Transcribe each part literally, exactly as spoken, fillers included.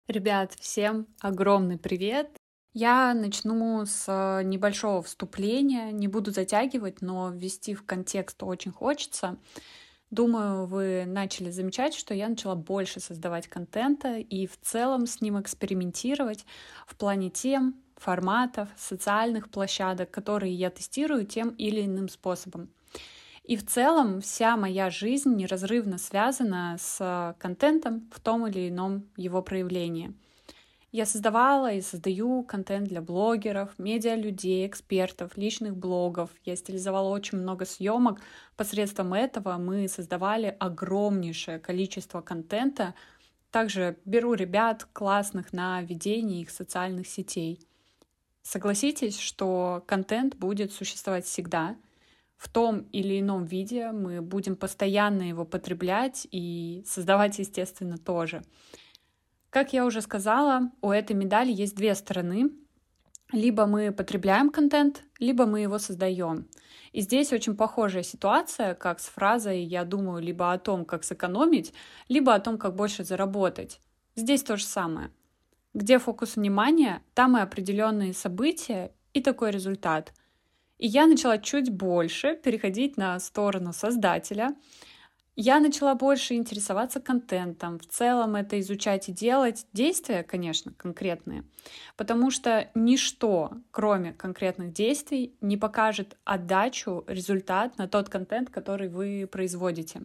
Ребят, всем огромный привет! Я начну с э, небольшого вступления, не буду затягивать, но ввести в контекст очень хочется. Думаю, вы начали замечать, что я начала больше создавать контента и в целом с ним экспериментировать в плане тем, форматов, социальных площадок, которые я тестирую тем или иным способом. И в целом вся моя жизнь неразрывно связана с контентом в том или ином его проявлении. Я создавала и создаю контент для блогеров, медиалюдей, экспертов, личных блогов. Я стилизовала очень много съемок. Посредством этого мы создавали огромнейшее количество контента. Также беру ребят классных на ведение их социальных сетей. Согласитесь, что контент будет существовать всегда. В том или ином виде мы будем постоянно его потреблять и создавать, естественно, тоже. Как я уже сказала, у этой медали есть две стороны. Либо мы потребляем контент, либо мы его создаем. И здесь очень похожая ситуация, как с фразой «я думаю либо о том, как сэкономить, либо о том, как больше заработать». Здесь то же самое. Где фокус внимания, там и определенные события, и такой результат. И я начала чуть больше переходить на сторону создателя. Я начала больше интересоваться контентом. В целом это изучать и делать. Действия, конечно, конкретные. Потому что ничто, кроме конкретных действий, не покажет отдачу, результат на тот контент, который вы производите.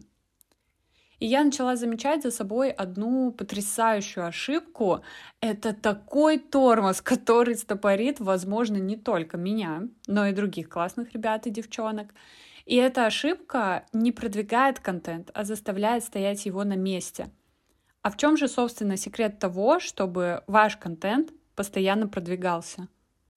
И я начала замечать за собой одну потрясающую ошибку. Это такой тормоз, который стопорит, возможно, не только меня, но и других классных ребят и девчонок. И эта ошибка не продвигает контент, а заставляет стоять его на месте. А в чем же, собственно, секрет того, чтобы ваш контент постоянно продвигался?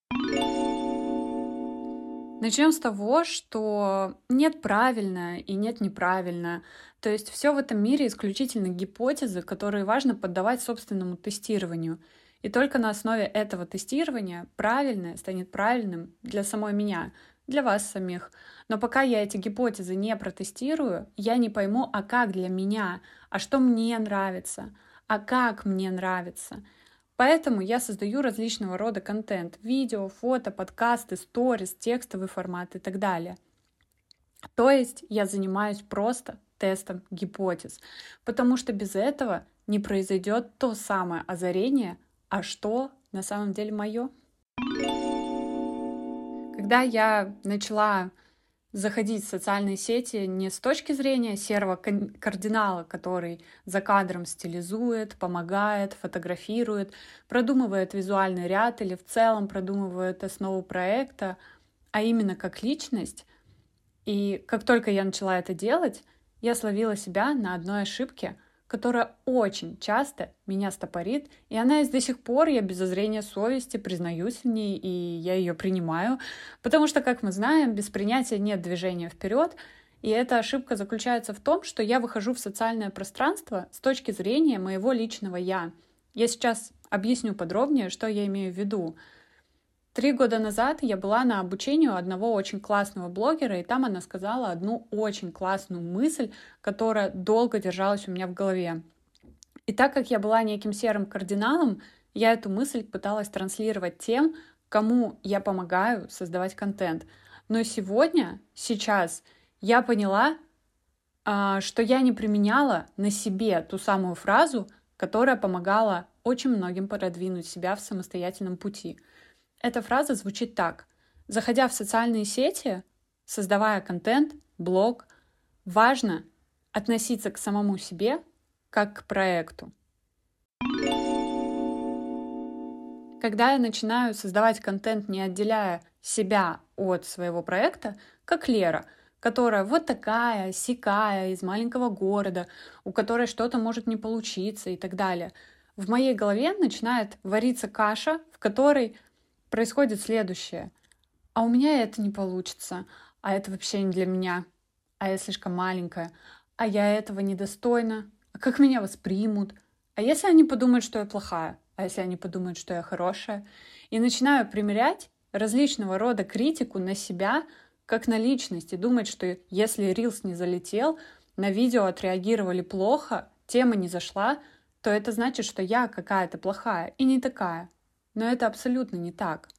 Начнем с того, что нет правильно и нет неправильно. То есть все в этом мире исключительно гипотезы, которые важно поддавать собственному тестированию. И только на основе этого тестирования правильное станет правильным для самой меня, для вас самих. Но пока я эти гипотезы не протестирую, я не пойму, а как для меня, а что мне нравится, а как мне нравится. Поэтому я создаю различного рода контент: видео, фото, подкасты, сторис, текстовый формат и так далее. То есть я занимаюсь просто тестом гипотез, потому что без этого не произойдет то самое озарение, а что на самом деле мое. Когда я начала заходить в социальные сети не с точки зрения серого кардинала, который за кадром стилизует, помогает, фотографирует, продумывает визуальный ряд или в целом продумывает основу проекта, а именно как личность. И как только я начала это делать, я словила себя на одной ошибке, которая очень часто меня стопорит, и она есть до сих пор, я без зазрения совести признаюсь в ней, и я ее принимаю, потому что, как мы знаем, без принятия нет движения вперед, и эта ошибка заключается в том, что я выхожу в социальное пространство с точки зрения моего личного «я». Я сейчас объясню подробнее, что я имею в виду. Три года назад я была на обучении у одного очень классного блогера, и там она сказала одну очень классную мысль, которая долго держалась у меня в голове. И так как я была неким серым кардиналом, я эту мысль пыталась транслировать тем, кому я помогаю создавать контент. Но сегодня, сейчас, я поняла, что я не применяла на себе ту самую фразу, которая помогала очень многим продвинуть себя в самостоятельном пути. Эта фраза звучит так. Заходя в социальные сети, создавая контент, блог, важно относиться к самому себе как к проекту. Когда я начинаю создавать контент, не отделяя себя от своего проекта, как Лера, которая вот такая, сякая, из маленького города, у которой что-то может не получиться и так далее, в моей голове начинает вариться каша, в которой происходит следующее. А у меня это не получится, а это вообще не для меня, а я слишком маленькая, а я этого недостойна, а как меня воспримут, а если они подумают, что я плохая, а если они подумают, что я хорошая, и начинаю примерять различного рода критику на себя, как на личность, и думать, что если рилс не залетел, на видео отреагировали плохо, тема не зашла, то это значит, что я какая-то плохая и не такая. Но это абсолютно не так.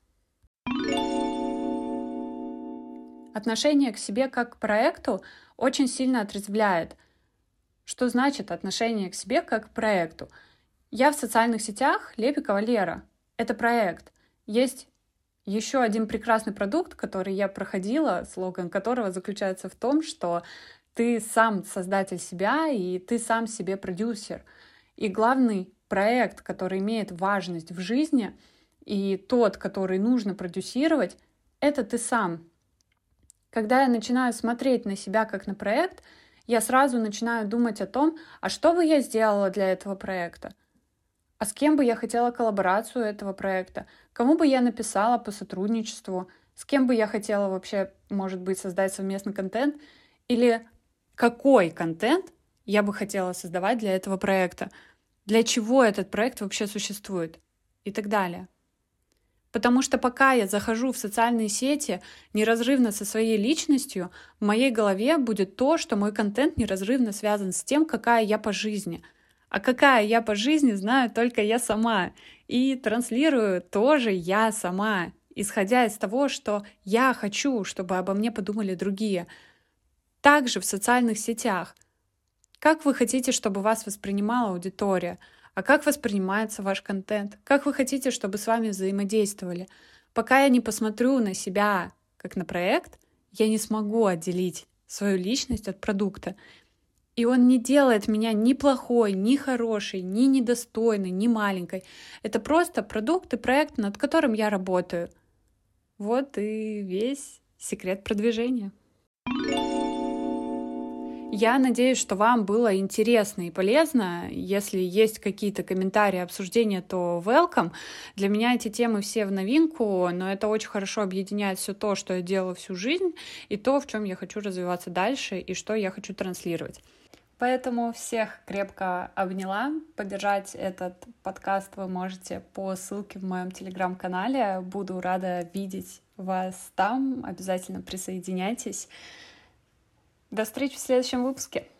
Отношение к себе как к проекту очень сильно отрезвляет. Что значит отношение к себе как к проекту? Я в социальных сетях Лепикова Лера. Это проект. Есть еще один прекрасный продукт, который я проходила, слоган которого заключается в том, что ты сам создатель себя и ты сам себе продюсер. И главный проект, который имеет важность в жизни, и тот, который нужно продюсировать, это ты сам. Когда я начинаю смотреть на себя как на проект, я сразу начинаю думать о том, а что бы я сделала для этого проекта? А с кем бы я хотела коллаборацию этого проекта? Кому бы я написала по сотрудничеству? С кем бы я хотела вообще, может быть, создать совместный контент? Или какой контент я бы хотела создавать для этого проекта? Для чего этот проект вообще существует? И так далее. Потому что пока я захожу в социальные сети неразрывно со своей личностью, в моей голове будет то, что мой контент неразрывно связан с тем, какая я по жизни. А какая я по жизни, знаю только я сама. И транслирую тоже я сама, исходя из того, что я хочу, чтобы обо мне подумали другие. Также в социальных сетях. Как вы хотите, чтобы вас воспринимала аудитория? А как воспринимается ваш контент? Как вы хотите, чтобы с вами взаимодействовали? Пока я не посмотрю на себя как на проект, я не смогу отделить свою личность от продукта. И он не делает меня ни плохой, ни хорошей, ни недостойной, ни маленькой. Это просто продукт и проект, над которым я работаю. Вот и весь секрет продвижения. Я надеюсь, что вам было интересно и полезно. Если есть какие-то комментарии, обсуждения, то welcome. Для меня эти темы все в новинку, но это очень хорошо объединяет все то, что я делала всю жизнь, и то, в чем я хочу развиваться дальше, и что я хочу транслировать. Поэтому всех крепко обняла. Поддержать этот подкаст вы можете по ссылке в моем телеграм-канале. Буду рада видеть вас там. Обязательно присоединяйтесь. До встречи в следующем выпуске.